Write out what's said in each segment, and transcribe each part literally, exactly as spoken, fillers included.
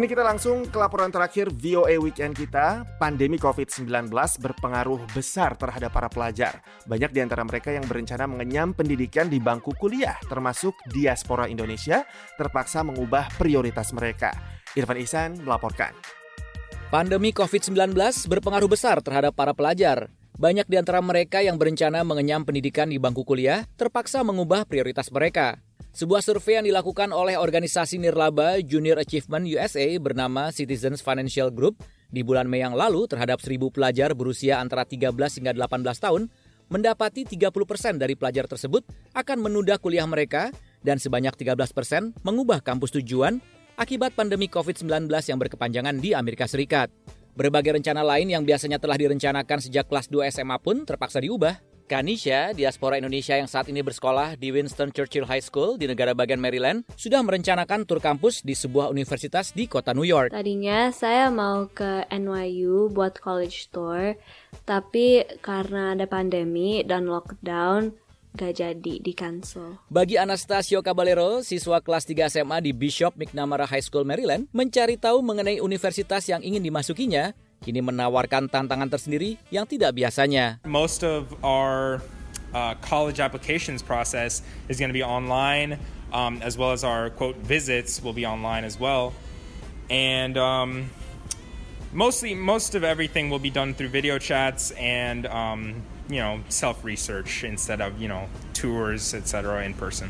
Kini kita langsung ke laporan terakhir V O A Weekend kita. Pandemi covid sembilan belas berpengaruh besar terhadap para pelajar. Banyak di antara mereka yang berencana mengenyam pendidikan di bangku kuliah, termasuk diaspora Indonesia, terpaksa mengubah prioritas mereka. Irfan Ihsan melaporkan. Pandemi covid sembilan belas berpengaruh besar terhadap para pelajar. Banyak di antara mereka yang berencana mengenyam pendidikan di bangku kuliah, terpaksa mengubah prioritas mereka. Sebuah survei yang dilakukan oleh organisasi nirlaba Junior Achievement U S A bernama Citizens Financial Group di bulan Mei yang lalu terhadap seribu pelajar berusia antara tiga belas hingga delapan belas tahun, mendapati tiga puluh persen dari pelajar tersebut akan menunda kuliah mereka dan sebanyak tiga belas persen mengubah kampus tujuan akibat pandemi covid sembilan belas yang berkepanjangan di Amerika Serikat. Berbagai rencana lain yang biasanya telah direncanakan sejak kelas dua S M A pun terpaksa diubah. Kanisha, diaspora Indonesia yang saat ini bersekolah di Winston Churchill High School di negara bagian Maryland, sudah merencanakan tur kampus di sebuah universitas di kota New York. Tadinya saya mau ke N Y U buat college tour, tapi karena ada pandemi dan lockdown, gak jadi, di-cancel. Bagi Anastasio Caballero, siswa kelas tiga S M A di Bishop McNamara High School, Maryland, mencari tahu mengenai universitas yang ingin dimasukinya, kini menawarkan tantangan tersendiri yang tidak biasanya. Most of our uh, college applications process is going to be online, um, as well as our, quote, visits will be online as well. And um, mostly, most of everything will be done through video chats and, um, you know, self-research instead of, you know, tours, et cetera in person.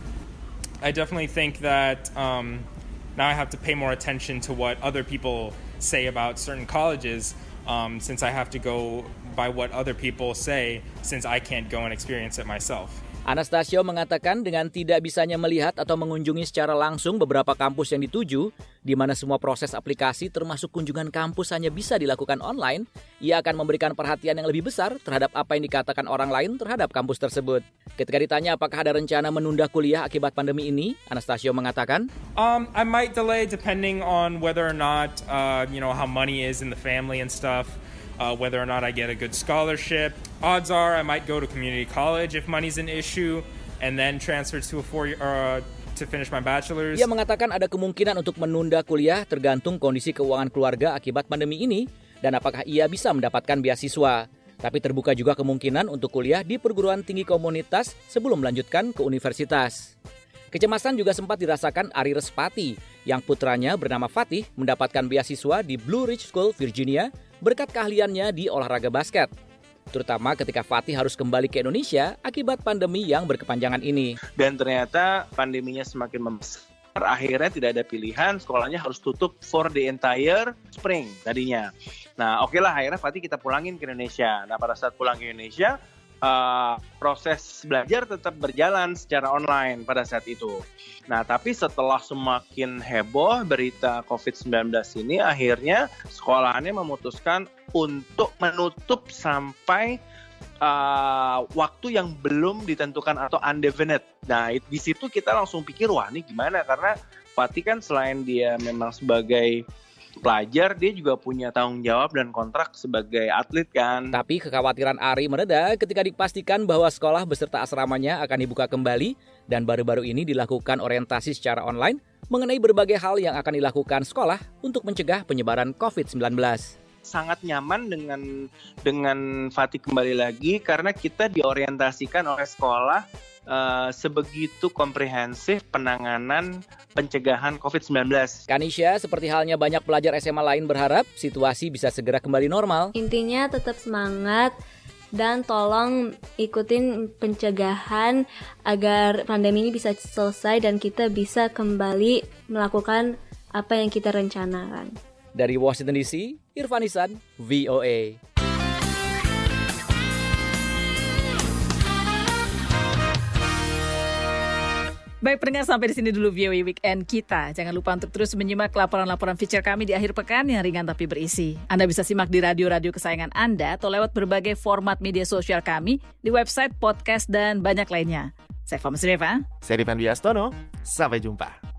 I definitely think that um, now I have to pay more attention to what other people say about certain colleges, um, since I have to go by what other people say, since I can't go and experience it myself. Anastasio mengatakan dengan tidak bisanya melihat atau mengunjungi secara langsung beberapa kampus yang dituju, di mana semua proses aplikasi termasuk kunjungan kampus hanya bisa dilakukan online, ia akan memberikan perhatian yang lebih besar terhadap apa yang dikatakan orang lain terhadap kampus tersebut. Ketika ditanya apakah ada rencana menunda kuliah akibat pandemi ini, Anastasio mengatakan, um, I might delay depending on whether or not, uh, you know, how money is in the family and stuff. Uh, whether or not I get a good scholarship. Odds are I might go to community college if money's an issue, and then transfer to a four year uh, to finish my bachelor's. Ia mengatakan ada kemungkinan untuk menunda kuliah tergantung kondisi keuangan keluarga akibat pandemi ini dan apakah ia bisa mendapatkan beasiswa. Tapi terbuka juga kemungkinan untuk kuliah di perguruan tinggi komunitas sebelum melanjutkan ke universitas. Kecemasan juga sempat dirasakan Ari Respati, yang putranya bernama Fatih mendapatkan beasiswa di Blue Ridge School, Virginia, berkat keahliannya di olahraga basket. Terutama ketika Fatih harus kembali ke Indonesia akibat pandemi yang berkepanjangan ini. Dan ternyata pandeminya semakin membesar, akhirnya tidak ada pilihan, sekolahnya harus tutup for the entire spring tadinya. Nah oke lah, akhirnya Fatih kita pulangin ke Indonesia. Nah pada saat pulang ke Indonesia, Uh, proses belajar tetap berjalan secara online pada saat itu. Nah, tapi setelah semakin heboh berita covid sembilan belas ini, akhirnya sekolahannya memutuskan untuk menutup sampai uh, waktu yang belum ditentukan atau undefinite. Nah, di situ kita langsung pikir, wah ini gimana? Karena Fatih kan selain dia memang sebagai pelajar, dia juga punya tanggung jawab dan kontrak sebagai atlet kan. Tapi kekhawatiran Ari mereda ketika dipastikan bahwa sekolah beserta asramanya akan dibuka kembali dan baru-baru ini dilakukan orientasi secara online mengenai berbagai hal yang akan dilakukan sekolah untuk mencegah penyebaran covid sembilan belas. Sangat nyaman dengan dengan Fatih kembali lagi karena kita diorientasikan oleh sekolah Uh, sebegitu komprehensif penanganan pencegahan covid sembilan belas. Kanisha, seperti halnya banyak pelajar S M A lain berharap situasi bisa segera kembali normal. Intinya tetap semangat dan tolong ikutin pencegahan agar pandemi ini bisa selesai dan kita bisa kembali melakukan apa yang kita rencanakan. Dari Washington D C, Irfan Ihsan, V O A. Baik pendengar, sampai di sini dulu V O A Weekend kita. Jangan lupa untuk terus menyimak laporan-laporan feature kami di akhir pekan yang ringan tapi berisi. Anda bisa simak di radio-radio kesayangan Anda atau lewat berbagai format media sosial kami di website, podcast, dan banyak lainnya. Saya Fama Suneva. Saya Rifan Biastono. Sampai jumpa.